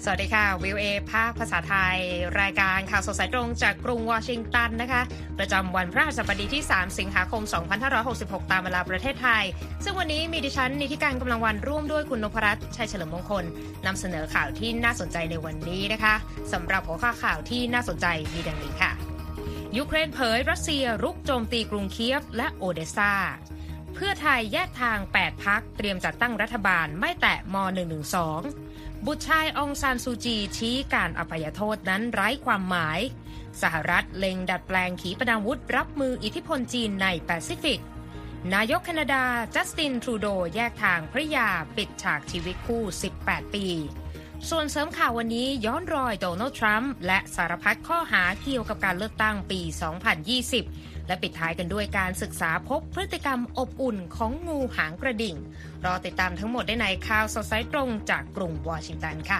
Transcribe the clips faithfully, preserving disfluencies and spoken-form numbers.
สวัสดีค่ะวิวเอภาคภาษาไทยรายการข่าวสดสายตรงจากกรุงวอชิงตันนะคะประจำวันพฤหัสบดีที่สามสิงหาคมสองพันห้าร้อยหกสิบหกตามเวลาประเทศไทยซึ่งวันนี้มีดิฉันนิติการกำลังวันร่วมด้วยคุณนพรัตน์ชัยเฉลิมมงคลนำเสนอข่าวที่น่าสนใจในวันนี้นะคะสำหรับหัวข้อข่าวที่น่าสนใจมีดังนี้ค่ะยูเครนเผยรัสเซียรุกโจมตีกรุงเคียฟและโอเดซาเพื่อไทยแยกทางแปดพรรคเตรียมจัดตั้งรัฐบาลไม่แตะม หนึ่งหนึ่งสองบุตรชายองซานซูจีชี้การอภัยโทษนั้นไร้ความหมายสหรัฐเล็งดัดแปลงขีปนาวุธรับมืออิทธิพลจีนในแปซิฟิกนายกแคนาดาจัสตินทรูโดแยกทางภริยาปิดฉากชีวิตคู่สิบแปดปีส่วนเสริมข่าววันนี้ย้อนรอยโดนัลด์ทรัมป์และสารพัดข้อหาเกี่ยวกับการเลือกตั้งปีสองพันยี่สิบและปิดท้ายกันด้วยการศึกษาพบพฤติกรรมอบอุ่นของงูหางกระดิ่งรอติดตามทั้งหมดได้ในข่าวสดสายตรงจากกรุงวอชิงตันค่ะ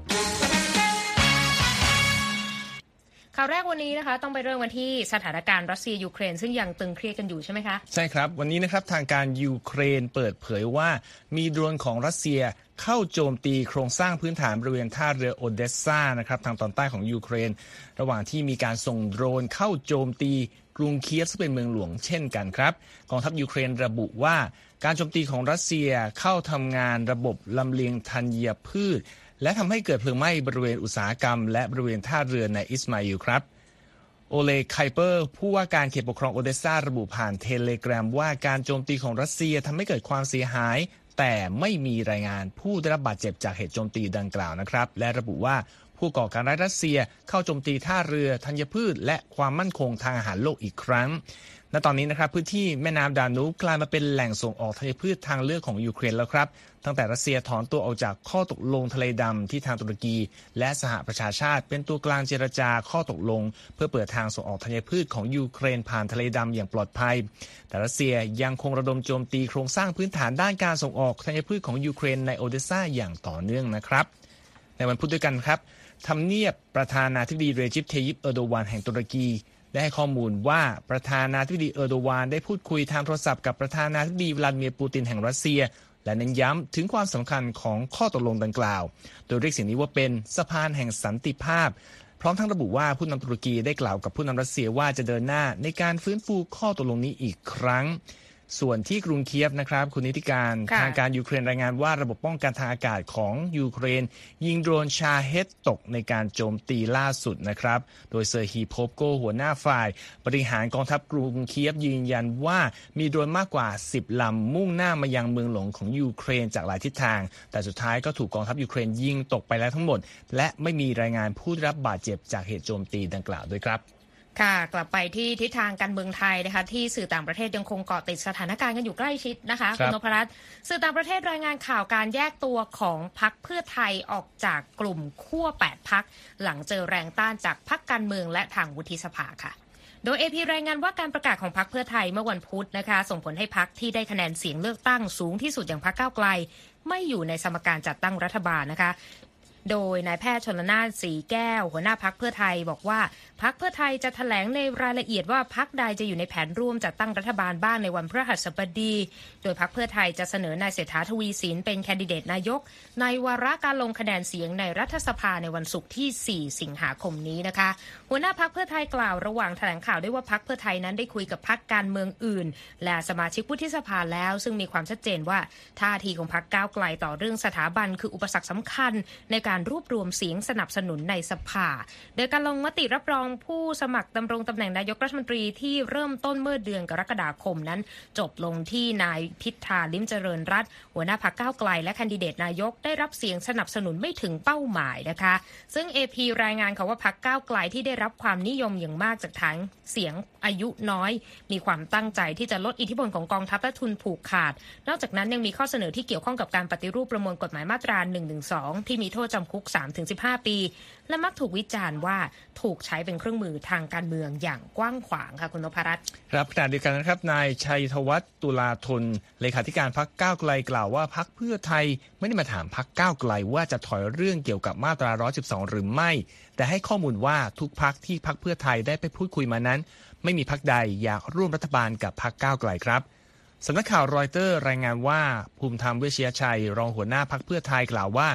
ข่าวแรกวันนี้นะคะต้องไปเริ่มกันที่สถานการณ์รัสเซียยูเครนซึ่งยังตึงเครียดกันอยู่ใช่ไหมคะใช่ครับวันนี้นะครับทางการยูเครนเปิดเผยว่ามีโดรนของรัสเซียเข้าโจมตีโครงสร้างพื้นฐานบริเวณท่าเรือโอเดสซานะครับทางตอนใต้ของยูเครนระหว่างที่มีการส่งโดรนเข้าโจมตีกรุงเคียฟซึ่งเป็นเมืองหลวงเช่นกันครับกองทัพยูเครนระบุว่าการโจมตีของรัสเซียเข้าทำงานระบบลำเลียงธัญพืชและทำให้เกิดเพลิงไหม้บริเวณอุตสาหกรรมและบริเวณท่าเรือในอิสมาอิลครับโอเลไคเปอร์ผู้ว่าการเขตปกครองโอเดสซาระบุผ่านเทเลแกรมว่าการโจมตีของรัสเซียทำให้เกิดความเสียหายแต่ไม่มีรายงานผู้ได้รับบาดเจ็บจากเหตุโจมตีดังกล่าวนะครับและระบุว่าผู้ก่อการร้ายรัสเซียเข้าโจมตีท่าเรือธัญพืชและความมั่นคงทางอาหารโลกอีกครั้งณตอนนี้นะครับพื้นที่แม่น้ำดานูบกลายมาเป็นแหล่งส่งออกธัญพืชทางเลือกของยูเครนแล้วครับตั้งแต่รัสเซียถอนตัวออกจากข้อตกลงทะเลดำที่ทางตุรกีและสหประชาชาติเป็นตัวกลางเจรจาข้อตกลงเพื่อเปิดทางส่งออกธัญพืชของยูเครนผ่านทะเลดำอย่างปลอดภัยแต่รัสเซียยังคงระดมโจมตีโครงสร้างพื้นฐานด้านการส่งออกธัญพืชของยูเครนในโอเดสซาอย่างต่อเนื่องนะครับในวันพุธด้วยกันครับทำเนียบประธานาธิบดีเรจิป เทยิป เออร์โดวานแห่งตุรกีได้ให้ข้อมูลว่าประธานาธิบดีเออร์โดวานได้พูดคุยทางโทรศัพท์กับประธานาธิบดีวลาดิเมียร์ปูตินแห่งรัสเซียและเน้นย้ำถึงความสำคัญของข้อตกลงดังกล่าวโดยเรียกสิ่งนี้ว่าเป็นสะพานแห่งสันติภาพพร้อมทั้งระบุว่าผู้นำตุรกีได้กล่าวกับผู้นำรัสเซียว่าจะเดินหน้าในการฟื้นฟูข้อตกลงนี้อีกครั้งส่วนที่กรุงเคียฟนะครับคุณนิติการทางการยูเครนรายงานว่าระบบป้องกันทางอากาศของยูเครนยิงโดรนชาเฮดตกในการโจมตีล่าสุดนะครับโดยเซอร์ฮีโพฟโกหัวหน้าฝ่ายบริหารกองทัพกรุงเคียฟยืนยันว่ามีโดรนมากกว่าสิบลำมุ่งหน้ามายังเมืองหลวงของยูเครนจากหลายทิศทางแต่สุดท้ายก็ถูกกองทัพยูเครนยิงตกไปแล้วทั้งหมดและไม่มีรายงานผู้ได้รับบาดเจ็บจากเหตุโจมตีดังกล่าวด้วยครับค่ะกลับไปที่ทิศทางการเมืองไทยนะคะที่สื่อต่างประเทศยังคงเกาะติดสถานการณ์กันอยู่ใกล้ชิดนะคะคุณนพรัตน์สื่อต่างประเทศรายงานข่าวการแยกตัวของพรรคเพื่อไทยออกจากกลุ่มขั้วแปดพรรคหลังเจอแรงต้านจากพรรคการเมืองและทางวุฒิสภาค่ะโดย เอ พี รายงานว่าการประกาศของพรรคเพื่อไทยเมื่อวันพุธนะคะส่งผลให้พรรคที่ได้คะแนนเสียงเลือกตั้งสูงที่สุดอย่างพรรคก้าวไกลไม่อยู่ในสมการจัดตั้งรัฐบาลนะคะโดยนายแพทย์ชลน่านสีแก้วหัวหน้าพรรคเพื่อไทยบอกว่าพรรคเพื่อไทยจะแถลงในรายละเอียดว่าพรรคใดจะอยู่ในแผนร่วมจัดตั้งรัฐบาลบ้างในวันพฤหัสบดีโดยพรรคเพื่อไทยจะเสนอนายเศรษฐาทวีสินเป็นแคนดิเดตนายกในวาระการลงคะแนนเสียงในรัฐสภาในวันศุกร์ที่สี่สิงหาคมนี้นะคะหัวหน้าพรรคเพื่อไทยกล่าวระหว่างแถลงข่าวด้วยว่าพรรคเพื่อไทยนั้นได้คุยกับพรรคการเมืองอื่นและสมาชิกวุฒิสภาแล้วซึ่งมีความชัดเจนว่าท่าทีของพรรคก้าวไกลต่อเรื่องสถาบันคืออุปสรรคสำคัญในการรวบรวมเสียงสนับสนุนในสภาโดยการลงมติรับรองผู้สมัครดำรงตำแหน่งนายกรัฐมนตรีที่เริ่มต้นเมื่อเดือนกรกฎาคมนั้นจบลงที่นายพิธาลิ้มเจริญรัตน์หัวหน้าพรรคก้าวไกลและแคนดิเดตนายกได้รับเสียงสนับสนุนไม่ถึงเป้าหมายนะคะซึ่ง เอ พี รายงานค่ะว่าพรรคก้าวไกลที่ได้รับความนิยมอย่างมากจากทั้งเสียงอายุน้อยมีความตั้งใจที่จะลดอิทธิพลของกองทัพและทุนผูกขาดนอกจากนั้นยังมีข้อเสนอที่เกี่ยวข้องกับการปฏิรูปประมวลกฎหมายมาตราหนึ่งหนึ่งสองที่มีโทษจำคุก สามถึงสิบห้า ปีและมักถูกวิจารณ์ว่าถูกใช้เป็นเครื่องมือทางการเมืองอย่างกว้างขวางค่ะคุณนพรัตน์ครับขณะเดียวกันนะครับนายชัยธวัฒน์ตุลาธนเลขาธิการพรรคก้าวไกลกล่าวว่าพรรคเพื่อไทยไม่ได้มาถามพรรคก้าวไกลว่าจะถอยเรื่องเกี่ยวกับมาตราหนึ่งร้อยสิบสองหรือไม่แต่ให้ข้อมูลว่าทุกพรรคที่พรรคเพื่อไทยได้ไปพูดคุยมานั้นไม่มีพรรคใดอยากร่วมรัฐบาลกับพรรคก้าวไกลครับสำนักข่าวรอยเตอร์รายงานว่าภูมิธรรมเวชยชัยรองหัวหน้าพรรคเพื่อไทยกล่าวว่า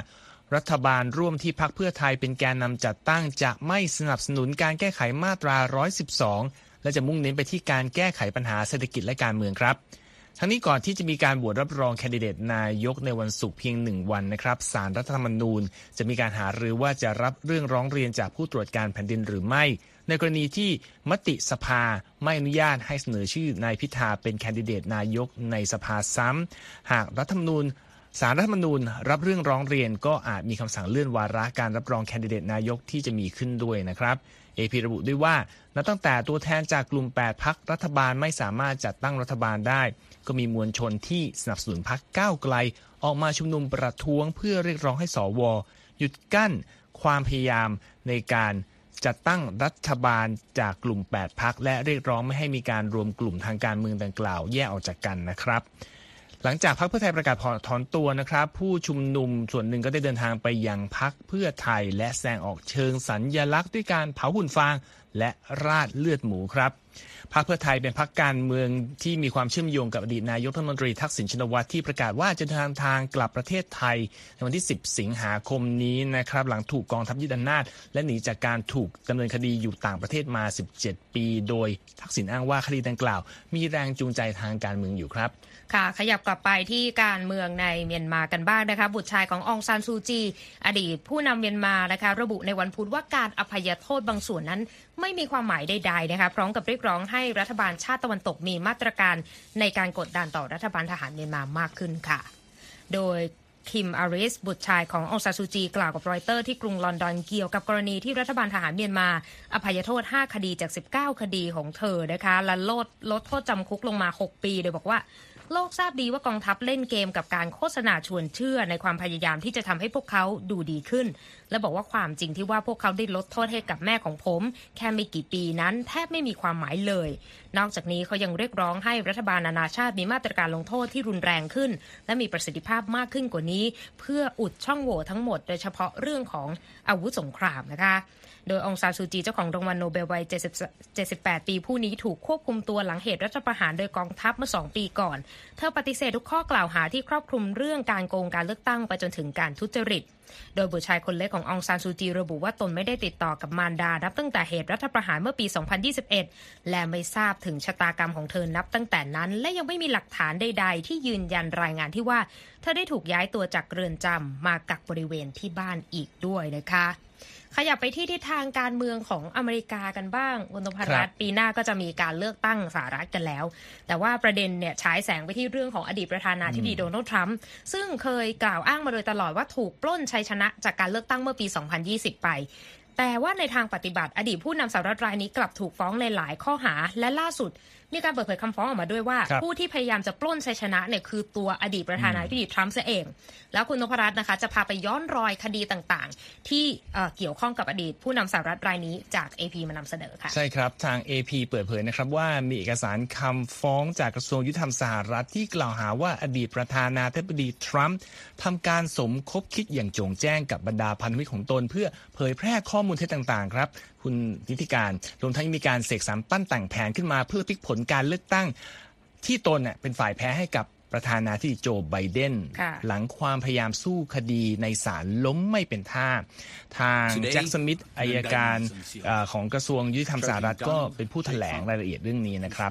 รัฐบาลร่วมที่พรรคเพื่อไทยเป็นแกนนำจัดตั้งจะไม่สนับสนุนการแก้ไขมาตราหนึ่งร้อยสิบสองและจะมุ่งเน้นไปที่การแก้ไขปัญหาเศรษฐกิจและการเมืองครับทั้งนี้ก่อนที่จะมีการโหวตรับรองแคนดิเดตนายกในวันศุกร์เพียงหนึ่งวันนะครับศาลรัฐธรรมนูญจะมีการหารือว่าจะรับเรื่องร้องเรียนจากผู้ตรวจการแผ่นดินหรือไม่ในกรณีที่มติสภาไม่อนุญาตให้เสนอชื่อนายพิธาเป็นแคนดิเดตนายกในสภาซ้ำหากรัฐธรรมนูญศาลรัฐธรรมนูญรับเรื่องร้องเรียนก็อาจมีคำสั่งเลื่อนวาระการรับรองแคนดิเดตนายกที่จะมีขึ้นด้วยนะครับ เอ พี ระบุด้วยว่านับตั้งแต่ตัวแทนจากกลุ่มแปดพรรครัฐบาลไม่สามารถจัดตั้งรัฐบาลได้ก็มีมวลชนที่สนับสนุนพรรคก้าวไกลออกมาชุมนุมประท้วงเพื่อเรียกร้องให้สวหยุดกั้นความพยายามในการจัดตั้งรัฐบาลจากกลุ่มแปดพรรคและเรียกร้องไม่ให้มีการรวมกลุ่มทางการเมืองดังกล่าวแยกออกจากกันนะครับหลังจากพรรคเพื่อไทยประกาศถอนตัวนะครับผู้ชุมนุมส่วนหนึ่งก็ได้เดินทางไปยังพรรคเพื่อไทยและแสดงออกเชิงสัญลักษณ์ด้วยการเผาหุ่นฟางและราดเลือดหมูครับพรรคเพื่อไทยเป็นพรรคการเมืองที่มีความเชื่อมโยงกับอดีตนายกรัฐมนตรีทักษิณชินวัตรที่ประกาศว่าจะเดินทางกลับประเทศไทยในวันที่สิบสิงหาคมนี้นะครับหลังถูกกองทัพยึดอำนาจและหนีจากการถูกดำเนินคดีอยู่ต่างประเทศมาสิบเจ็ดปีโดยทักษิณอ้างว่าคดีดังกล่าวมีแรงจูงใจทางการเมืองอยู่ครับค่ะขยับกลับไปที่การเมืองในเมียนมากันบ้างนะคะบุตรชายขององซานซูจีอดีตผู้นำเมียนมานะคะระบุในวันพุธว่าการอภัยโทษบางส่วนนั้นไม่มีความหมายใดๆนะคะพร้อมกับเรียกร้องให้รัฐบาลชาติตะวันตกมีมาตรการในการกดดันต่อรัฐบาลทหารเมียนมามากขึ้นค่ะโดยคิมอาริสบุตรชายขององซานซูจีกล่าวกับรอยเตอร์ที่กรุงลอนดอนเกี่ยวกับกรณีที่รัฐบาลทหารเมียนมาอภัยโทษห้าคดีจากสิบเก้าคดีของเธอนะคะและลดลดโทษจำคุกลงมาหกปีโดยบอกว่าโลกทราบดีว่ากองทัพเล่นเกมกับการโฆษณาชวนเชื่อในความพยายามที่จะทำให้พวกเขาดูดีขึ้นและบอกว่าความจริงที่ว่าพวกเขาได้ลดโทษให้กับแม่ของผมแค่ไม่กี่ปีนั้นแทบไม่มีความหมายเลยนอกจากนี้เขายังเรียกร้องให้รัฐบาลนานาชาติมีมาตรการลงโทษที่รุนแรงขึ้นและมีประสิทธิภาพมากขึ้นกว่านี้เพื่ออุดช่องโหว่ทั้งหมดโดยเฉพาะเรื่องของอาวุธสงครามนะคะโดยองซานซูจีเจ้าของรางวัลโนเบลวัยเจ็ดสิบแปดปีผู้นี้ถูกควบคุมตัวหลังเหตุรัฐประหารโดยกองทัพเมื่อสองปีก่อนเธอปฏิเสธทุกข้อกล่าวหาที่ครอบคลุมเรื่องการโกงการเลือกตั้งไปจนถึงการทุจริตโดยบุตรชายคนเล็กขององซานซูจีระบุว่าตนไม่ได้ติดต่อกับมารดานับตั้งแต่เหตุรัฐประหารเมื่อปีสองพันยี่สิบเอ็ดและไม่ทราบถึงชะตากรรมของเธอนับตั้งแต่นั้นและยังไม่มีหลักฐานใดๆที่ยืนยันรายงานที่ว่าเธอได้ถูกย้ายตัวจากเรือนจำมากักบริเวณที่บ้านอีกด้วยนะคะขยับไปที่ทิศทางการเมืองของอเมริกากันบ้างคุณธนรัตน์ปีหน้าก็จะมีการเลือกตั้งสหรัฐกันแล้วแต่ว่าประเด็นเนี่ยฉายแสงไปที่เรื่องของอดีตประธานาธิบดีโดนัลด์ทรัมป์ซึ่งเคยกล่าวอ้างมาโดยตลอดว่าถูกปล้นชัยชนะจากการเลือกตั้งเมื่อปีสองพันยี่สิบไปแต่ว่าในทางปฏิบัติอดีตผู้นำสหรัฐรายนี้กลับถูกฟ้องในหลายข้อหาและล่าสุดมีการเปิดเผยคำฟ้องออกมาด้วยว่าผู้ที่พยายามจะปล้นชัยชนะเนี่ยคือตัวอดีตประธานาธิบดีทรัมป์เองแล้วคุณนพรัตน์นะคะจะพาไปย้อนรอยคดีต่างๆที่เกี่ยวข้องกับอดีตผู้นำสหรัฐรายนี้จาก เอ พี มานำเสนอค่ะใช่ครับทาง เอ พี เปิดเผยนะครับว่ามีเอกสารคำฟ้องจากกระทรวงยุติธรรมสหรัฐที่กล่าวหาว่าอดีตประธานาธิบดีทรัมป์ทำการสมคบคิดอย่างโจงแจ้งกับบรรดาพันธมิตรของตนเพื่อเผยแพร่ข้อมูลเท็จต่างๆครับคุณนิติการรวมทั้งมีการเสกสรรปั้นแต่งแผนขึ้นมาเพื่อพลิกผลการเลือกตั้งที่ตนเป็นฝ่ายแพ้ให้กับประธานาธิบดีโจไบเดนหลังความพยายามสู้คดีในศาลล้มไม่เป็นท่าทางแจ็คสมิธอัยการของกระทรวงยุติธรรมสหรัฐก็เป็นผู้แถลงรายละเอียดเรื่องนี้นะครับ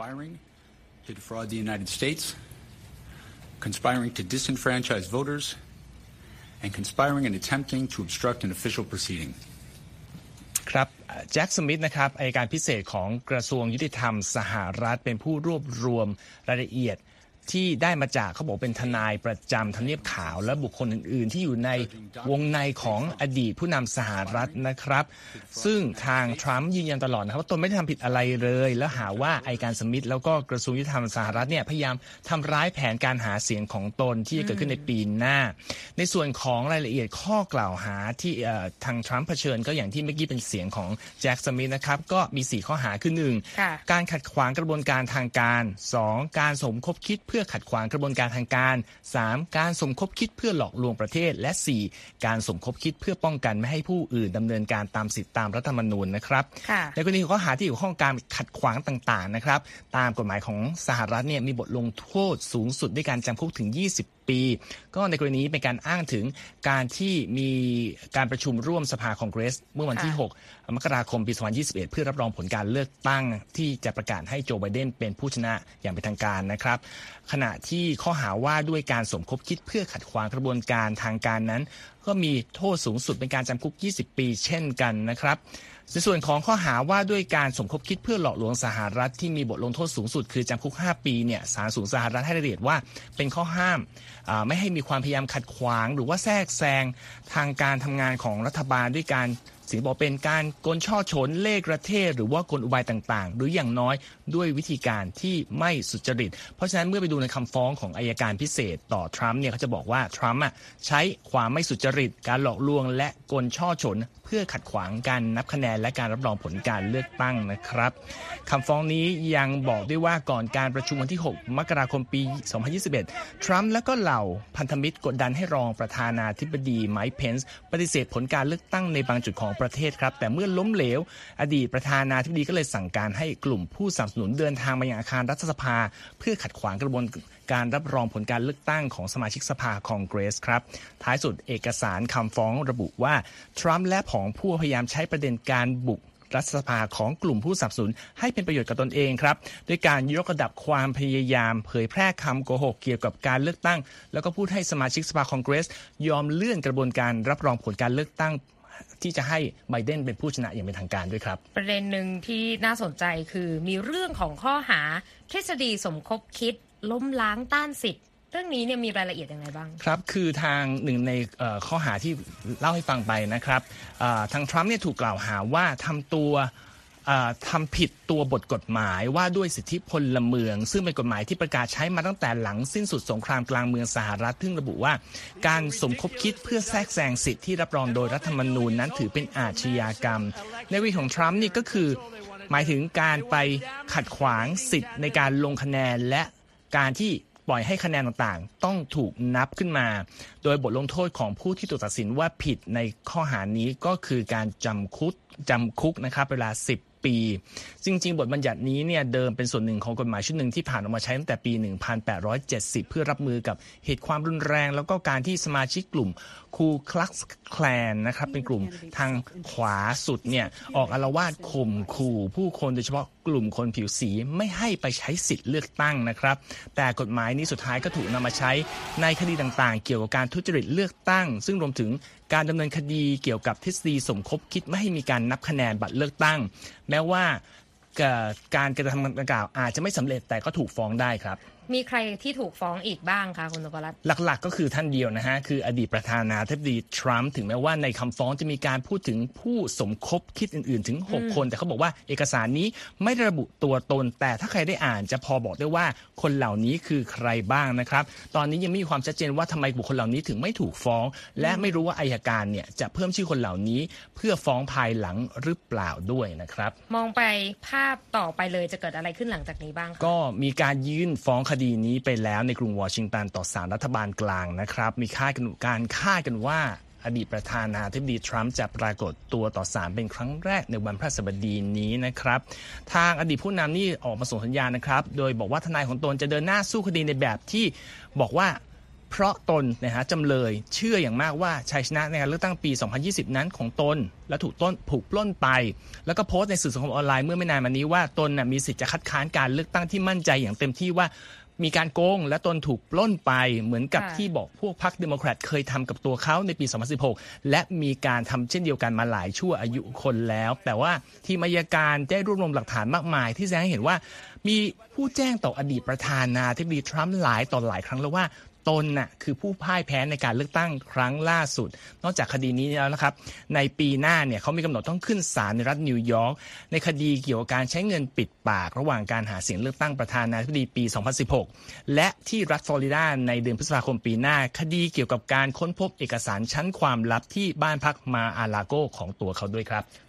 to defraud the United States, conspiring to disenfranchise voters, and conspiring and attempting to obstruct an official proceeding. ครับแจ็คสมิธนะครับอัยการพิเศษของกระทรวงยุติธรรมสหรัฐเป็นผู้รวบรวมรายละเอียดที่ได้มาจากเขาบอกเป็นทนายประจำทำเนียบขาวและบุคคลอื่นๆที่อยู่ในวงในของอดีตผู้นำสหรัฐนะครับซึ่งทางทรัมป์ยืนยันตลอดนะครับว่าตนไม่ได้ทำผิดอะไรเลยแล้วหาว่าอัยการสมิธแล้วก็กระทรวงยุติธรรมสหรัฐเนี่ยพยายามทำร้ายแผนการหาเสียงของตนที่จะเกิดขึ้นในปีหน้าในส่วนของรายละเอียดข้อกล่าวหาที่ทางทรัมป์เผชิญก็อย่างที่เมื่อกี้เป็นเสียงของแจ็คสมิธนะครับก็มีสี่ข้อหาคือหนึ่งการขัดขวางกระบวนการทางการสองการสมคบคิดเพื่อขัดขวางกระบวนการทางการ สาม การสมคบคิดเพื่อหลอกลวงประเทศและ สี่ การสมคบคิดเพื่อป้องกันไม่ให้ผู้อื่นดำเนินการตามสิทธิตามรัฐธรรมนูญนะครับในกรณีข้อหาที่เกี่ยวข้องการขัดขวางต่างๆนะครับตามกฎหมายของสหรัฐเนี่ยมีบทลงโทษสูงสุดด้วยการจำคุกถึงยี่สิบปีก็ในกรณีเป็นการอ้างถึงการที่มีการประชุมร่วมสภาคองเกรสเมื่อวันที่หกมกราคมปีสองพันยี่สิบเอ็ดเพื่อรับรองผลการเลือกตั้งที่จะประกาศให้โจไบเดนเป็นผู้ชนะอย่างเป็นทางการนะครับขณะที่ข้อหาว่าด้วยการสมคบคิดเพื่อขัดขวางกระบวนการทางการนั้นก็มีโทษสูงสุดเป็นการจำคุกยี่สิบปีเช่นกันนะครับในส่วนของข้อหาว่าด้วยการสมคบคิดเพื่อหลอกลวงสหรัฐที่มีบทลงโทษสูงสุดคือจำคุกห้าปีเนี่ยศาลสูงสหรัฐให้รายละเอียดว่าเป็นข้อห้ามไม่ให้มีความพยายามขัดขวางหรือว่าแทรกแซงทางการทำงานของรัฐบาลด้วยการสิงบอกเป็นการกลช่อฉนเล่ห์กระเทศหรือว่ากลอุบายต่างๆหรืออย่างน้อยด้วยวิธีการที่ไม่สุจริตเพราะฉะนั้นเมื่อไปดูในคำฟ้องของอัยการพิเศษต่อทรัมป์เนี่ยเขาจะบอกว่าทรัมป์ใช้ความไม่สุจริตการหลอกลวงและกลช่อฉนเพื่อขัดขวางการนับคะแนนและการรับรองผลการเลือกตั้งนะครับคำฟ้องนี้ยังบอกด้วยว่าก่อนการประชุมวันที่หกมกราคมปีสองพันยี่สิบเอ็ดทรัมป์และก็เหล่าพันธมิตรกดดันให้รองประธานาธิบดีไมค์เพนซ์ปฏิเสธผลการเลือกตั้งในบางจุดของประเทศครับแต่เมื่อล้มเหลวอดีตประธานาธิบดีก็เลยสั่งการให้กลุ่มผู้สนับสนุนเดินทางมายังอาคารรัฐสภาเพื่อขัดขวางกระบวนการรับรองผลการเลือกตั้งของสมาชิกสภาคองเกรสครับท้ายสุดเอกสารคำฟ้องระบุว่าทรัมป์และผองพวกพยายามใช้ประเด็นการบุกรัฐสภาของกลุ่มผู้สนับสนุนให้เป็นประโยชน์กับตนเองครับด้วยการยกระดับความพยายามเผยแพร่คำโกหกเกี่ยวกับการเลือกตั้งแล้วก็พูดให้สมาชิกสภาคองเกรสยอมเลื่อนกระบวนการรับรองผลการเลือกตั้งที่จะให้ไบเดนเป็นผู้ชนะอย่างเป็นทางการด้วยครับประเด็นหนึ่งที่น่าสนใจคือมีเรื่องของข้อหาทฤษฎีสมคบคิดล้มล้างต้านสิทธิ์เรื่องนี้เนี่ยมีรายละเอียดยังไงบ้างครับคือทางหนึ่งในข้อหาที่เล่าให้ฟังไปนะครับทางทรัมป์เนี่ยถูกกล่าวหาว่าทำตัวทำผิดตัวบทกฎหมายว่าด้วยสิทธิพลเมืองซึ่งเป็นกฎหมายที่ประกาศใช้มาตั้งแต่หลังสิ้นสุดสงครามกลางเมืองสหรัฐซึ่งระบุว่าการสมคบคิดเพื่อแทรกแซงสิทธิที่รับรองโดยรัฐธรรมนูญนั้นถือเป็นอาชญากรรมในวิธีของทรัมป์นี่ก็คือหมายถึงการไปขัดขวางสิทธิในการลงคะแนนและการที่ปล่อยให้คะแนนต่างๆต้องถูกนับขึ้นมาโดยบทลงโทษของผู้ที่ถูกตัดสินว่าผิดในข้อหานี้ก็คือการจำคุกจำคุกนะครับเวลาสิบปีจริงๆบทบัญญัตินี้เนี่ยเดิมเป็นส่วนหนึ่งของกฎหมายชุดหนึ่งที่ผ่านออกมาใช้ตั้งแต่ปีหนึ่งพันแปดร้อยเจ็ดสิบเพื่อรับมือกับเหตุความรุนแรงแล้วก็การที่สมาชิกกลุ่มคูคลักซ์แคลนนะครับเป็นกลุ่มทางขวาสุดเนี่ยออกอาละวาดข่มขู่ผู้คนโดยเฉพาะกลุ่มคนผิวสีไม่ให้ไปใช้สิทธิ์เลือกตั้งนะครับแต่กฎหมายนี้สุดท้ายก็ถูกนำมาใช้ในคดีต่างๆเกี่ยวกับการทุจริตเลือกตั้งซึ่งรวมถึงการดำเนินคดีเกี่ยวกับทฤษฎีสมคบคิดไม่ให้มีการนับคะแนนบัตรเลือกตั้งแม้ว่าการกระทำดังกล่าวอาจจะไม่สำเร็จแต่ก็ถูกฟ้องได้ครับมีใครที่ถูกฟ้องอีกบ้างคะคุณนพรัตน์หลักๆก็คือท่านเดียวนะฮะคืออดีตประธานาธิบดีทรัมป์ถึงแม้ว่าในคำฟ้องจะมีการพูดถึงผู้สมคบคิดอื่นๆถึงหกคนแต่เขาบอกว่าเอกสารนี้ไม่ระบุตัวตนแต่ถ้าใครได้อ่านจะพอบอกได้ว่าคนเหล่านี้คือใครบ้างนะครับตอนนี้ยังไม่มีความชัดเจนว่าทำไมบุคคลเหล่านี้ถึงไม่ถูกฟ้องและไม่รู้ว่าอัยการเนี่ยจะเพิ่มชื่อคนเหล่านี้เพื่อฟ้องภายหลังหรือเปล่าด้วยนะครับมองไปภาพต่อไปเลยจะเกิดอะไรขึ้นหลังจากนี้บ้างก็มีการยื่นฟ้องคดีนี้ไปแล้วในกรุงวอชิงตันต่อศาลรัฐบาลกลางนะครับมีคาดกันการคาดกันว่าอดีตประธานาธิบดีทรัมป์จะปรากฏตัวต่อศาลเป็นครั้งแรกในวันพฤหัสบดีนี้นะครับทางอดีตผู้นำนี่ออกมาส่งสัญญาณนะครับโดยบอกว่าทนายของตนจะเดินหน้าสู้คดีในแบบที่บอกว่าเพราะตนนะฮะจำเลยเชื่ออย่างมากว่าชัยชนะในการเลือกตั้งปีสองพันยี่สิบนั้นของตนและถูกต้นถูกปล้นไปแล้วก็โพสต์ในสื่อสังคมออนไลน์เมื่อไม่นานมานี้ว่าตนน่ะมีสิทธิ์จะคัดค้านการเลือกตั้งที่มั่นใจอย่างเต็มที่ว่ามีการโกงและตนถูกปล้นไปเหมือนกับที่บอกพวกพรรคเดโมแครตเคยทำกับตัวเขาในปีสองพันสิบหกและมีการทำเช่นเดียวกันมาหลายชั่วอายุคนแล้วแต่ว่าทีมอัยการได้รวบรวมหลักฐานมากมายที่แสดงให้เห็นว่ามีผู้แจ้งต่ออดีตประธานาธิบดีทรัมป์หลายต่อหลายครั้งแล้วว่าตนน่ะคือผู้พ่ายแพ้ในการเลือกตั้งครั้งล่าสุดนอกจากคดีนี้แล้วนะครับในปีหน้าเนี่ยเขามีกำหนดต้องขึ้นศาลในรัฐนิวยอร์กในคดีเกี่ยวกับการใช้เงินปิดปากระหว่างการหาเสียงเลือกตั้งประธานาธิบดีปีสองพันสิบหกและที่รัฐฟลอริดาในเดือนพฤษภาคมปีหน้าคดีเกี่ยวกับการค้นพบเอกสารชั้นความลับที่บ้านพักมาอาลาโกของตัวเขาด้วยครับ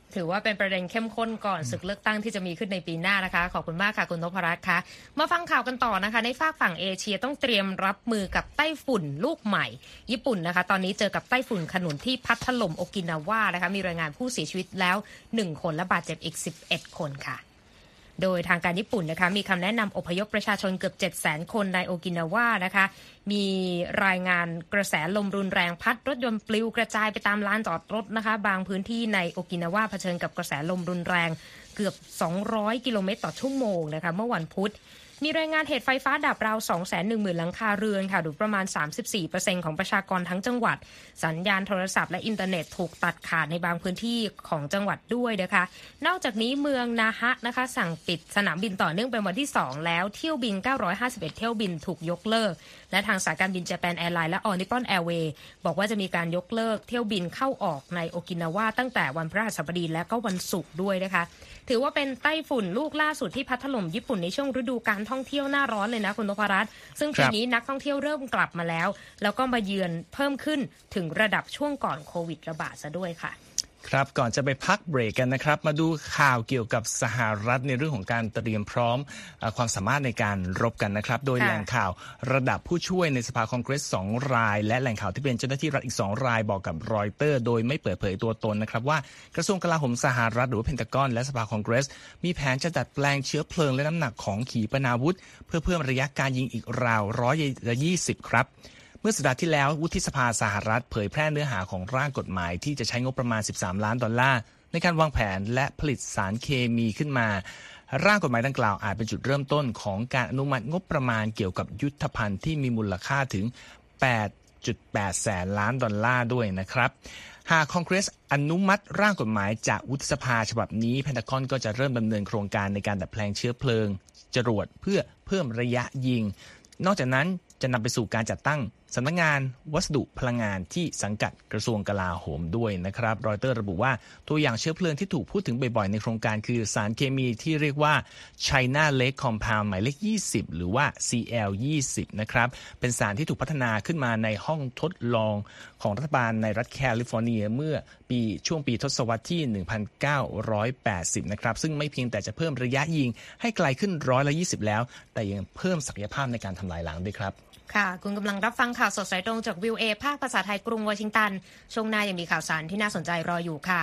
ถือว่าเป็นประเด็นเข้มข้นก่อนศึกเลือกตั้งที่จะมีขึ้นในปีหน้านะคะขอบคุณมากค่ะคุณนพรัตน์คะมาฟังข่าวกันต่อนะคะในฝากฝั่งเอเชียต้องเตรียมรับมือกับไต้ฝุ่นลูกใหม่ญี่ปุ่นนะคะตอนนี้เจอกับไต้ฝุ่นขนุนที่พัดถล่มโอกินาวานะคะมีรายงานผู้เสียชีวิตแล้วหนึ่งคนและบาดเจ็บอีกสิบเอ็ดคนค่ะโดยทางการญี่ปุ่นนะคะมีคำแนะนำอพยพประชาชนเกือบ เจ็ดแสน คนในโอกินาวานะคะมีรายงานกระแสลมรุนแรงพัดรถยนต์ปลิวกระจายไปตามลานจอดรถนะคะบางพื้นที่ในโอกินาวาเผชิญกับกระแสลมรุนแรงเกือบสองร้อยกิโลเมตรต่อชั่วโมงนะคะเมื่อวันพุธมีรายงานเหตุไฟฟ้าดับราว สองแสนหนึ่งหมื่น หลังคาเรือนค่ะหรือประมาณ สามสิบสี่เปอร์เซ็นต์ ของประชากรทั้งจังหวัดสัญญาณโทรศัพท์และอินเทอร์เน็ตถูกตัดขาดในบางพื้นที่ของจังหวัดด้วยนะคะนอกจากนี้เมืองนาฮะนะคะสั่งปิดสนามบินต่อเนื่องเป็นวันที่สองแล้วเที่ยวบินเก้าร้อยห้าสิบเอ็ดเที่ยวบินถูกยกเลิกและทางสายการบิน Japan Airlines และ All Nippon Airways บอกว่าจะมีการยกเลิกเที่ยวบินเข้าออกในโอกินาวาตั้งแต่วันพฤหัสบดีและก็วันศุกร์ด้วยนะคะถือว่าเป็นไต้ฝุ่นลูกล่าสุดที่พัดถล่มญี่ปุ่นในช่วงฤดูการท่องเที่ยวหน้าร้อนเลยนะคุณนพรัตน์ซึ่งปีนี้นักท่องเที่ยวเริ่มกลับมาแล้วแล้วก็มาเยือนเพิ่มขึ้นถึงระดับช่วงก่อนโควิดระบาดซะด้วยค่ะครับก่อนจะไปพักเบรกกันนะครับมาดูข่าวเกี่ยวกับสหรัฐในเรื่องของการเตรียมพร้อมความสามารถในการรบกันนะครับโดยแหล่งข่าวระดับผู้ช่วยในสภาคองเกรสสองรายและแหล่งข่าวที่เป็นเจ้าหน้าที่รัฐอีกสองรายบอกกับรอยเตอร์โดยไม่เปิดเผยตัวตนนะครับว่ากระทรวงกลาโหมสหรัฐหรือว่าเพนทากอนและสภาคองเกรสมีแผนจะดัดแปลงเชื้อเพลิงและน้ำหนักของขีปนาวุธเพื่อเพิ่มระยะการยิงอีกราวหนึ่งร้อยยี่สิบครับเมื่อสัปดาห์ที่แล้ววุฒิสภาสหรัฐเผยแพร่เนื้อหาของร่างกฎหมายที่จะใช้งบประมาณสิบสามล้านดอลลาร์ในการวางแผนและผลิตสารเคมีขึ้นมาร่างกฎหมายดังกล่าวอาจเป็นจุดเริ่มต้นของการอนุมัติงบประมาณเกี่ยวกับยุทธภัณฑ์ที่มีมูลค่าถึง แปดจุดแปด แสนล้านดอลลาร์ด้วยนะครับหากคองเกรสอนุมัติร่างกฎหมายจากวุฒิสภาฉบับนี้เพนทากอนก็จะเริ่มดำเนินโครงการในการดัดแปลงเชื้อเพลิงจรวดเพื่อเพิ่มระยะยิงนอกจากนั้นจะนำไปสู่การจัดตั้งสำนักงานวัสดุพลังงานที่สังกัดกระทรวงกลาโหมด้วยนะครับรอยเตอร์ระบุว่าตัวอย่างเชื้อเพลิงที่ถูกพูดถึงบ่อยๆในโครงการคือสารเคมีที่เรียกว่า China Lake Compound หมายเลขยี่สิบหรือว่า ซี แอล ยี่สิบ นะครับเป็นสารที่ถูกพัฒนาขึ้นมาในห้องทดลองของรัฐบาลในรัฐแคลิฟอร์เนียเมื่อปีช่วงปีทศวรรษที่หนึ่งพันเก้าร้อยแปดสิบนะครับซึ่งไม่เพียงแต่จะเพิ่มระยะยิงให้ไกลขึ้นร้อยละยี่สิบแล้วแต่ยังเพิ่มศักยภาพในการทำลายล้างด้วยครับค่ะคุณกำลังรับฟังข่าวสดสายตรงจากวิวเอภาคภาษาไทยกรุงวอชิงตันช่วงหน้ายังมีข่าวสารที่น่าสนใจรออยู่ค่ะ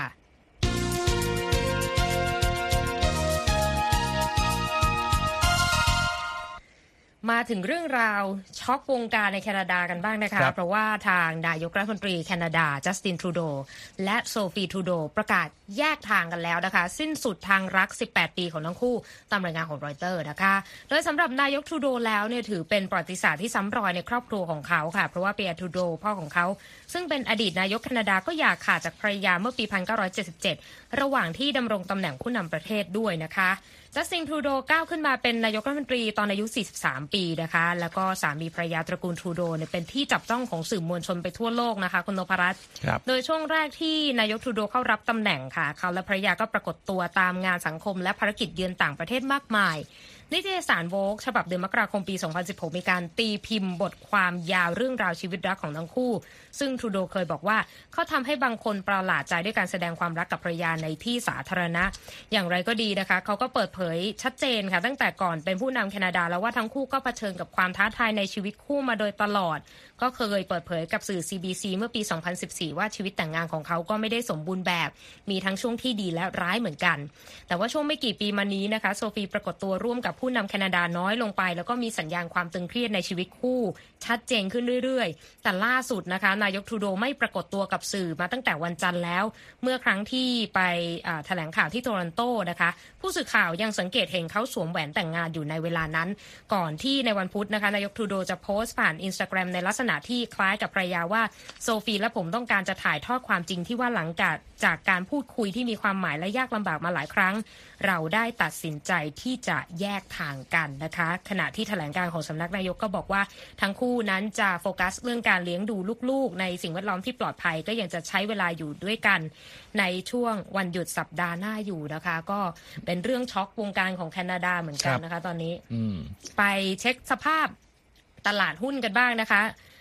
มาถึงเรื่องราวช็อกวงการในแคนาดากันบ้างนะคะเพราะว่าทางนายกรัฐมนตรีแคนาดาจัสตินทรูโดและโซฟีทรูโดประกาศแยกทางกันแล้วนะคะสิ้นสุดทางรักสิบแปดปีของทั้งคู่ตามรายงานของรอยเตอร์นะคะโดยสำหรับนายกทรูโดแล้วเนี่ยถือเป็นประวัติศาสตร์ที่ซ้ำรอยในครอบครัวของเขาค่ะเพราะว่าเปียร์ทรูโดพ่อของเขาซึ่งเป็นอดีตนายกแคนาดาก็อย่าขาดจากภรรยาเมื่อปีหนึ่งพันเก้าร้อยเจ็ดสิบเจ็ดระหว่างที่ดำรงตำแหน่งผู้นำประเทศด้วยนะคะจัสตินทรูโดก้าวขึ้นมาเป็นนายกรัฐมนตรีตอนอายุสี่สิบสามปีนะคะแล้วก็สามีภรรยาตระกูลทรูโดเนี่ยเป็นที่จับจ้องของสื่อมวลชนไปทั่วโลกนะคะคุณนพรัตน์โดยช่วงแรกที่นายกทรูโดเข้ารับตำแหน่งค่ะเขาและภรรยาก็ปรากฏตัวตามงานสังคมและภารกิจเยือนต่างประเทศมากมายนิตยสารโวกฉบับเดือนมกราคมปีสองพันสิบหกมีการตีพิมพ์บทความยาวเรื่องราวชีวิตรักของทั้งคู่ซึ่งทรูโดเคยบอกว่าเขาทำให้บางคนประหลาดใจด้วยการแสดงความรักกับภรรยาในที่สาธารณะอย่างไรก็ดีนะคะเขาก็เปิดเผยชัดเจนค่ะตั้งแต่ก่อนเป็นผู้นำแคนาดาแล้วว่าทั้งคู่ก็เผชิญกับความท้าทายในชีวิตคู่มาโดยตลอดก็เคยเปิดเผยกับสื่อ ซี บี ซี เมื่อปีสองพันสิบสี่ว่าชีวิตแต่งงานของเขาก็ไม่ได้สมบูรณ์แบบมีทั้งช่วงที่ดีและร้ายเหมือนกันแต่ว่าช่วงไม่กี่ปีมานี้นะคะโซฟีปรากฏตัวร่วมกับผู้นำแคนาดาน้อยลงไปแล้วก็มีสัญญาณความตึงเครียดในชีวิตคู่ชัดเจนขึ้นเรื่อยๆแต่ล่าสุดนะคะนายกทรูโดไม่ปรากฏตัวกับสื่อมาตั้งแต่วันจันทร์แล้วเมื่อครั้งที่ไปแถลงข่าวที่โตรอนโตนะคะผู้สื่อข่าวยังสังเกตเห็นเขาสวมแหวนแต่งงานอยู่ในเวลานั้นก่อนที่ในวันพุธนะคะนายกทรูโดจะโพสต์ผ่าน Instagram ในลักษณะที่คล้ายกับภรรยาว่าโซฟีและผมต้องการจะถ่ายทอดความจริงที่ว่าหลังจากจากการพูดคุยที่มีความหมายและยากลำบากมาหลายครั้งเราได้ตัดสินใจที่จะแยกทางกันนะคะขณะที่แถลงการของสำนักนายกก็บอกว่าทั้งคู่นั้นจะโฟกัสเรื่องการเลี้ยงดูลูกๆในสิ่งแวดล้อมที่ปลอดภัยก็ยังจะใช้เวลาอยู่ด้วยกันในช่วงวันหยุดสัปดาห์หน้าอยู่นะคะก็เป็นเรื่องช็อกวงการของแคนาดาเหมือนกันนะคะตอนนี้ไปเช็คสภาพตลาดหุ้นกันบ้างนะคะ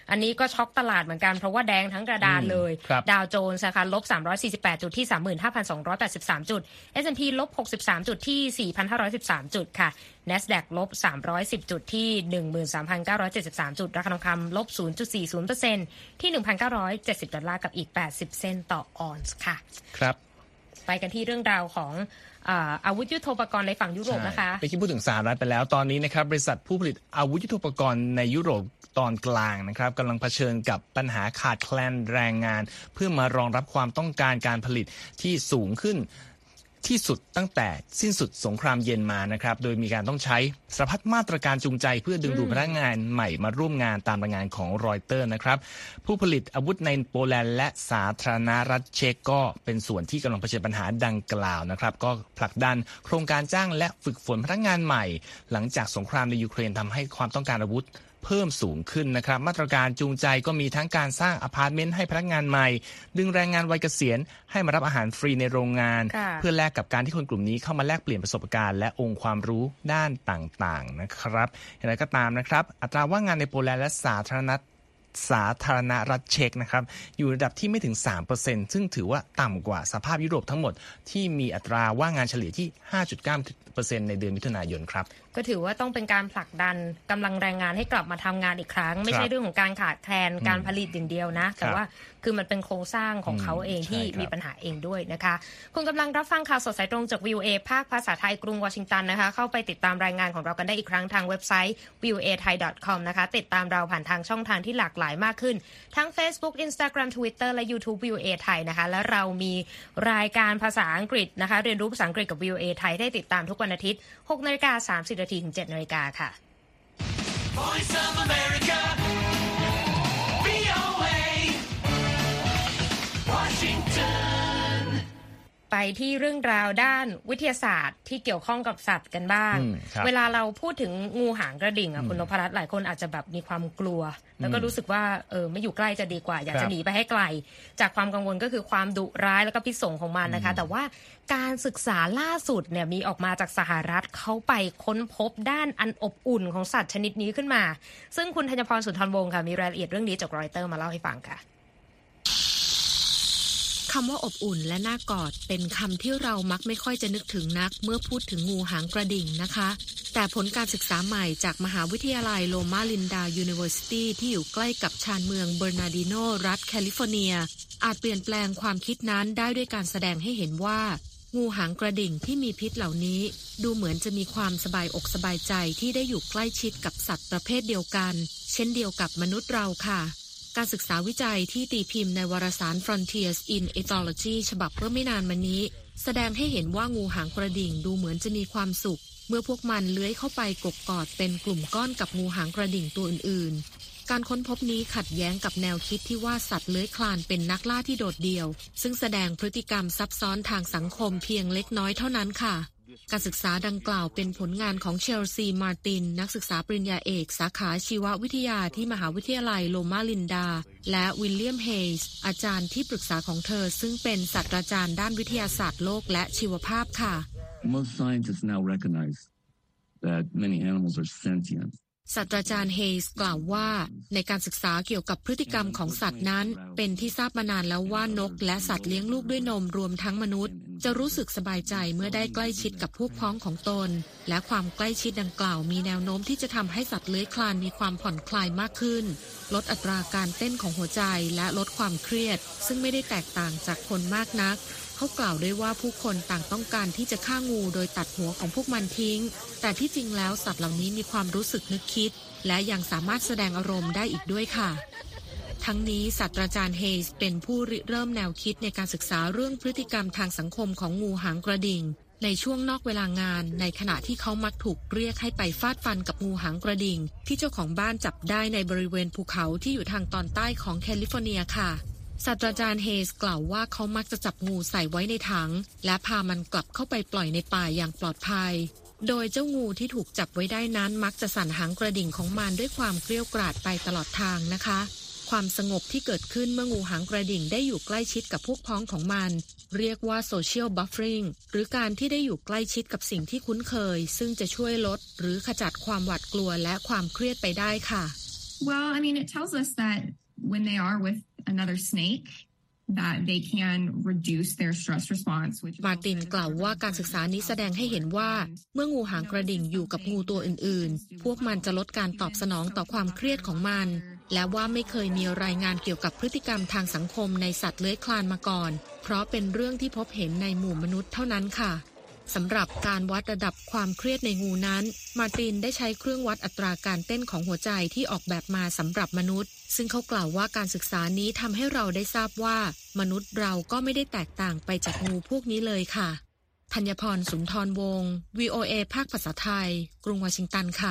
อันนี้ก็ช็อกตลาดเหมือนกันเพราะว่าแดงทั้งกระดานเลยดาวโจนส์นะคะลบสามร้อยสี่สิบแปดจุดที่ สามหมื่นห้าพันสองร้อยแปดสิบสาม จุด เอส แอนด์ พี ลบหกสิบสามจุดที่ สี่พันห้าร้อยสิบสาม จุดค่ะ NASDAQ ลบสามร้อยสิบจุดที่ หนึ่งหมื่นสามพันเก้าร้อยเจ็ดสิบสาม จุดราคาทองคำลบ ศูนย์จุดสี่ศูนย์เปอร์เซ็นต์ ที่ หนึ่งพันเก้าร้อยเจ็ดสิบ ดอลลาร์กับอีกแปดสิบเซนต์ต่อออนซ์ค่ะครับไปกันที่เรื่องราวของอาวุธยุทโธปกรณ์ในฝั่งยุโรปนะคะไปคิดพูดถึงสหรัฐไปแล้วตอนนี้นะครับบริษัทผู้ผลิตอาวุธยุทโธปกรณ์ในยุโรปตอนกลางนะครับกำลังเผชิญกับปัญหาขาดแคลนแรงงานเพื่อมารองรับความต้องการการผลิตที่สูงขึ้นที่สุดตั้งแต่สิ้นสุดสงครามเย็นมานะครับโดยมีการต้องใช้สารพัดมาตรการจูงใจเพื่อดึงดูดพนักงานใหม่มาร่วมงานตามรายงานของรอยเตอร์นะครับผู้ผลิตอาวุธในโปแลนด์และสาธารณรัฐเช็กก็เป็นส่วนที่กำลังเผชิญปัญหาดังกล่าวนะครับก็ผลักดันโครงการจ้างและฝึกฝนพนักงานใหม่หลังจากสงครามในยูเครนทำให้ความต้องการอาวุธเพิ่มสูงขึ้นนะครับมาตรการจูงใจก็มีทั้งการสร้างอพาร์ตเมนต์ให้พนักงานใหม่ดึงแรงงานวัยเกษียณให้มารับอาหารฟรีในโรงงานเพื่อแลกกับการที่คนกลุ่มนี้เข้ามาแลกเปลี่ยนประสบการณ์และองค์ความรู้ด้านต่างๆนะครับอย่างไรก็ตามนะครับอัตราว่างงานในโปแลนด์และสาธารณสาธารณรัฐเช็กนะครับอยู่ระดับที่ไม่ถึง สามเปอร์เซ็นต์ ซึ่งถือว่าต่ำกว่าสภาพยุโรปทั้งหมดที่มีอัตราว่างงานเฉลี่ยที่ ห้าจุดเก้าเปอร์เซ็นต์ ในเดือนมิถุนายนครับก็ถือว่าต้องเป็นการผลักดันกำลังแรงงานให้กลับมาทำงานอีกครั้งไม่ใช่เรื่องของการขาดแคลนการผลิตอย่างเดียวนะแต่ว่าคือมันเป็นโครงสร้างของเขาเองที่มีปัญหาเองด้วยนะคะคุณกำลังรับฟังข่าวสดสายตรงจาก วี โอ เอ ภาคภาษาไทยกรุงวอชิงตันนะคะเข้าไปติดตามรายงานของเรากันได้อีกครั้งทางเว็บไซต์ วี โอ เอ ไทย ดอท คอม นะคะติดตามเราผ่านทางช่องทางที่หลากหลายมากขึ้นทั้ง Facebook Instagram Twitter และ YouTube วี โอ เอ ไทยนะคะและเรามีรายการภาษาอังกฤษนะคะเรียนรู้ภาษาอังกฤษกับ วี โอ เอ ไทยได้ติดตามทุกวันอาทิตย์ หกนาฬิกาสามสิบนาทีถึง เจ็ดนาฬิกาค่ะ Voice of America วี โอ เอ Washington ไปที่เรื่องราวด้านวิทยาศาสตร์ที่เกี่ยวข้องกับสัตว์กันบ้างเวลาเราพูดถึงงูหางกระดิ่งอ่ะคุณนพรัตน์หลายคนอาจจะแบบมีความกลัวแล้วก็รู้สึกว่าเออไม่อยู่ใกล้จะดีกว่าอยากจะหนีไปให้ไกลจากความกังวลก็คือความดุร้ายแล้วก็พิษสงของมันนะคะแต่ว่าการศึกษาล่าสุดเนี่ยมีออกมาจากสหรัฐเขาไปค้นพบด้านอันอบอุ่นของสัตว์ชนิดนี้ขึ้นมาซึ่งคุณธัญพรสุนทรวงศ์ค่ะมีรายละเอียดเรื่องนี้จากรอยเตอร์มาเล่าให้ฟังค่ะคำว่าอบอุ่นและน่ากอดเป็นคำที่เรามักไม่ค่อยจะนึกถึงนักเมื่อพูดถึงงูหางกระดิ่งนะคะแต่ผลการศึกษาใหม่จากมหาวิทยาลัยโลมาลินดา University ที่อยู่ใกล้กับชานเมืองเบอร์นาร์ดิโนรัฐแคลิฟอร์เนียอาจเปลี่ยนแปลงความคิดนั้นได้ด้วยการแสดงให้เห็นว่างูหางกระดิ่งที่มีพิษเหล่านี้ดูเหมือนจะมีความสบายอกสบายใจที่ได้อยู่ใกล้ชิดกับสัตว์ประเภทเดียวกันเช่นเดียวกับมนุษย์เราค่ะการศึกษาวิจัยที่ตีพิมพ์ในวารสาร Frontiers in Ethology ฉบับเมื่อไม่นานมานี้แสดงให้เห็นว่างูหางกระดิ่งดูเหมือนจะมีความสุขเมื่อพวกมันเลื้อยเข้าไปกกกอดเป็นกลุ่มก้อนกับงูหางกระดิ่งตัวอื่นๆการค้นพบนี้ขัดแย้งกับแนวคิดที่ว่าสัตว์เลื้อยคลานเป็นนักล่าที่โดดเดี่ยวซึ่งแสดงพฤติกรรมซับซ้อนทางสังคมเพียงเล็กน้อยเท่านั้นค่ะการศึกษาดังกล่าวเป็นผลงานของเชลซีมาร์ตินนักศึกษาปริญญาเอกสาขาชีววิทยาที่มหาวิทยาลัยโลมาลินดาและวิลเลียมเฮย์ส์อาจารย์ที่ปรึกษาของเธอซึ่งเป็นศาสตราจารย์ด้านวิทยาศาสตร์โลกและชีวภาพค่ะ Most scientists now recognize that many animals are sentient ศาสตราจารย์เฮย์ส์กล่าวว่าในการศึกษาเกี่ยวกับพฤติกรรมของสัตว์นั้นเป็นที่ทราบมานานแล้วว่านกและสัตว์เลี้ยงลูกด้วยนมรวมทั้งมนุษย์จะรู้สึกสบายใจเมื่อได้ใกล้ชิดกับพวกพ้องของตนและความใกล้ชิดดังกล่าวมีแนวโน้มที่จะทำให้สัตว์เลื้อยคลานมีความผ่อนคลายมากขึ้นลดอัตราการเต้นของหัวใจและลดความเครียดซึ่งไม่ได้แตกต่างจากคนมากนักเขากล่าวด้วยว่าผู้คนต่างต้องการที่จะฆ่างูโดยตัดหัวของพวกมันทิ้งแต่ที่จริงแล้วสัตว์เหล่านี้มีความรู้สึกนึกคิดและยังสามารถแสดงอารมณ์ได้อีกด้วยค่ะทั้งนี้ศาสตราจารย์เฮย์ส์เป็นผู้ริเริ่มแนวคิดในการศึกษาเรื่องพฤติกรรมทางสังคมของงูหางกระดิ่งในช่วงนอกเวลางานในขณะที่เขามักถูกเรียกให้ไปฟาดฟันกับงูหางกระดิ่งที่เจ้าของบ้านจับได้ในบริเวณภูเขาที่อยู่ทางตอนใต้ของแคลิฟอร์เนียค่ะศาสตราจารย์เฮย์ส์กล่าวว่าเขามักจะจับงูใส่ไว้ในถังและพามันกลับเข้าไปปล่อยในป่าอย่างปลอดภัยโดยเจ้างูที่ถูกจับไว้ได้นั้นมักจะสั่นหางกระดิ่งของมันด้วยความเกรี้ยวกราดไปตลอดทางนะคะความสงบที่เกิดขึ้นเมื่องูหางกระดิ่งได้อยู่ใกล้ชิดกับพวกพ้องของมันเรียกว่า social buffering หรือการที่ได้อยู่ใกล้ชิดกับสิ่งที่คุ้นเคยซึ่งจะช่วยลดหรือขจัดความหวาดกลัวและความเครียดไปได้ค่ะ Well, I mean, it tells us that when they are with another snake, that they can reduce their stress response. มาร์ตินกล่าวว่าการศึกษานี้แสดงให้เห็นว่าเมื่องูหางกระดิ่งอยู่กับงูตัวอื่นๆพวกมันจะลดการตอบสนองต่อความเครียดของมันและว่าไม่เคยมีรายงานเกี่ยวกับพฤติกรรมทางสังคมในสัตว์เลื้อยคลานมาก่อนเพราะเป็นเรื่องที่พบเห็นในหมู่มนุษย์เท่านั้นค่ะสำหรับการวัดระดับความเครียดในงูนั้นมาร์ตินได้ใช้เครื่องวัดอัตราการเต้นของหัวใจที่ออกแบบมาสำหรับมนุษย์ซึ่งเขากล่าวว่าการศึกษานี้ทำให้เราได้ทราบว่ามนุษย์เราก็ไม่ได้แตกต่างไปจากงูพวกนี้เลยค่ะธัญพรสุนทรวงศ์ วี โอ เอ ภาคภาษาไทยกรุงวอชิงตันค่ะ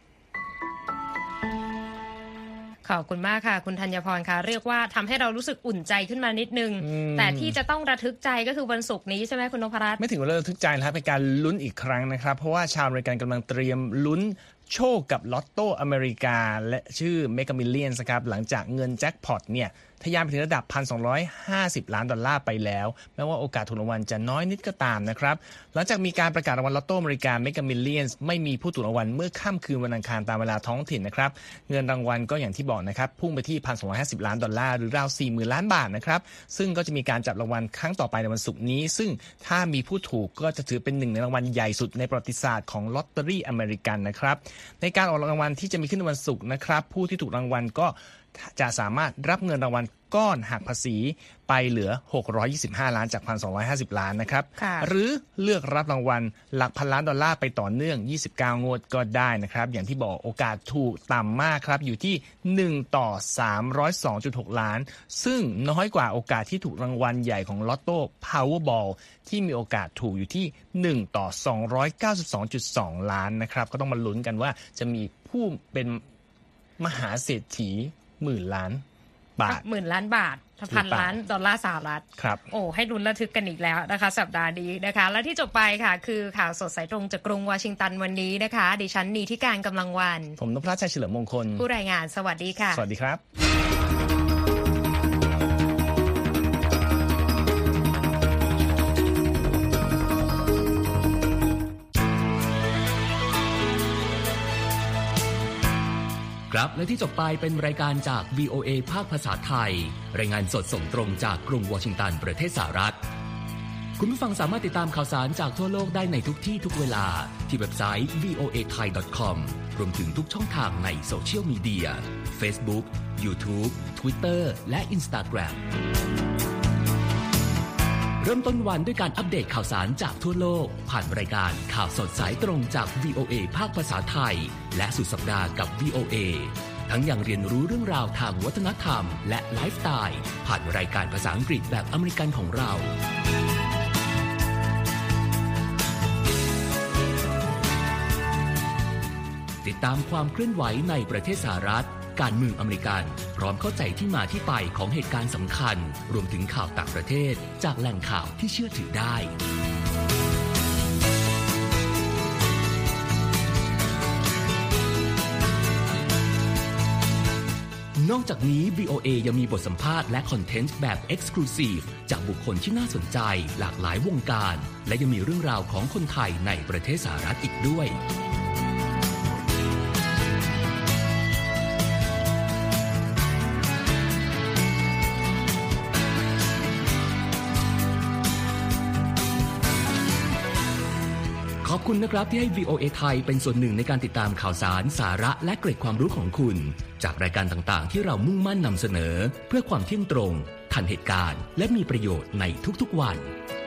ขอบคุณมากค่ะคุณธัญพรค่ะเรียกว่าทำให้เรารู้สึกอุ่นใจขึ้นมานิดนึงแต่ที่จะต้องระทึกใจก็คือวันศุกร์นี้ใช่ไหมคุณนพรัตน์ไม่ถึงว่าระทึกใจนะครับเป็นการลุ้นอีกครั้งนะครับเพราะว่าชาวอเมริกันกำลังเตรียมลุ้นโชคกับลอตโต้อเมริกาและชื่อเมกะมิลเลียนส์ครับหลังจากเงินแจ็คพอตเนี่ยทะยานไปถึงระดับ หนึ่งพันสองร้อยห้าสิบ ล้านดอลลาร์ไปแล้วแม้ว่าโอกาสถูกรางวัลจะน้อยนิดก็ตามนะครับหลังจากมีการประกาศรางวัลลอตโต้อเมริกาเมกะมิลเลียนส์ไม่มีผู้ถูกรางวัลเมื่อค่ำคืนวันอังคารตามเวลาท้องถิ่นนะครับเงินรางวัลก็อย่างที่บอกนะครับพุ่งไปที่ หนึ่งพันสองร้อยห้าสิบ ล้านดอลลาร์หรือราว สี่หมื่น ล้านบาทนะครับซึ่งก็จะมีการจับรางวัลครั้งต่อไปในวันศุกร์นี้ซึ่งถ้ามีผู้ถูกก็จะถือเป็นหนึ่งในรางวัลใหญ่สุดในประวัติศาสตร์ของลอตเตอรี่อเมริกันนะครับในการออกรางวัลที่จะมีขึ้นในวันศุกร์นะครับผู้ที่ถูกรางวัลก็จะสามารถรับเงินรางวัลก้อนหักภาษีไปเหลือหกร้อยยี่สิบห้าล้านจาก หนึ่งพันสองร้อยห้าสิบ ล้านนะครับหรือเลือกรับรางวัลหลักพันล้านดอลลาร์ไปต่อเนื่องยี่สิบเก้างวดก็ได้นะครับอย่างที่บอกโอกาสถูกต่ำมากครับอยู่ที่หนึ่งต่อสามร้อยสองจุดหก ล้านซึ่งน้อยกว่าโอกาสที่ถูกรางวัลใหญ่ของลอตโต้ Powerball ที่มีโอกาสถูกอยู่ที่หนึ่งต่อสองร้อยเก้าสิบสองจุดสอง ล้านนะครับก็ต้องมาลุ้นกันว่าจะมีผู้เป็นมหาเศรษฐีหมื่นล้านบาทหมื่นล้านบาทพันล้านดอลลาร์สหรัฐครับโอ้ให้ลุ้นระทึกกันอีกแล้วนะคะสัปดาห์นี้นะคะและที่จบไปค่ะคือข่าวสดสายตรงจากกรุงวอชิงตันวันนี้นะคะดิฉันนีธิการกำลังวันผมนพรัตน์ชัยเฉลิมมงคลผู้รายงานสวัสดีค่ะสวัสดีครับครับและที่จบไปเป็นรายการจาก วี โอ เอ ภาคภาษาไทยรายงานสดส่งตรงจากกรุงวอชิงตันประเทศสหรัฐคุณผู้ฟังสามารถติดตามข่าวสารจากทั่วโลกได้ในทุกที่ทุกเวลาที่เว็บไซต์ วี โอ เอ ไทย ดอท คอม รวมถึงทุกช่องทางในโซเชียลมีเดีย Facebook YouTube Twitter และ Instagram เริ่มต้นวันด้วยการอัปเดตข่าวสารจากทั่วโลกผ่านรายการข่าวสดสายตรงจาก วี โอ เอ ภาคภาษาไทยและสุดสัปดาห์กับ วี โอ เอ ทั้งยังเรียนรู้เรื่องราวทางวัฒนธรรมและไลฟ์สไตล์ผ่านรายการภาษาอังกฤษแบบอเมริกันของเราติดตามความเคลื่อนไหวในประเทศสหรัฐการเมืองอเมริกันพร้อมเข้าใจที่มาที่ไปของเหตุการณ์สำคัญรวมถึงข่าวต่างประเทศจากแหล่งข่าวที่เชื่อถือได้นอกจากนี้ วี โอ เอ ยังมีบทสัมภาษณ์และคอนเทนต์แบบ Exclusive จากบุคคลที่น่าสนใจหลากหลายวงการและยังมีเรื่องราวของคนไทยในประเทศสหรัฐอีกด้วยขอบคุณนะครับที่ให้ วี โอ เอ ไทยเป็นส่วนหนึ่งในการติดตามข่าวสารสาระและเกร็ดความรู้ของคุณจากรายการต่างๆที่เรามุ่งมั่นนำเสนอเพื่อความเที่ยงตรงทันเหตุการณ์และมีประโยชน์ในทุกๆวัน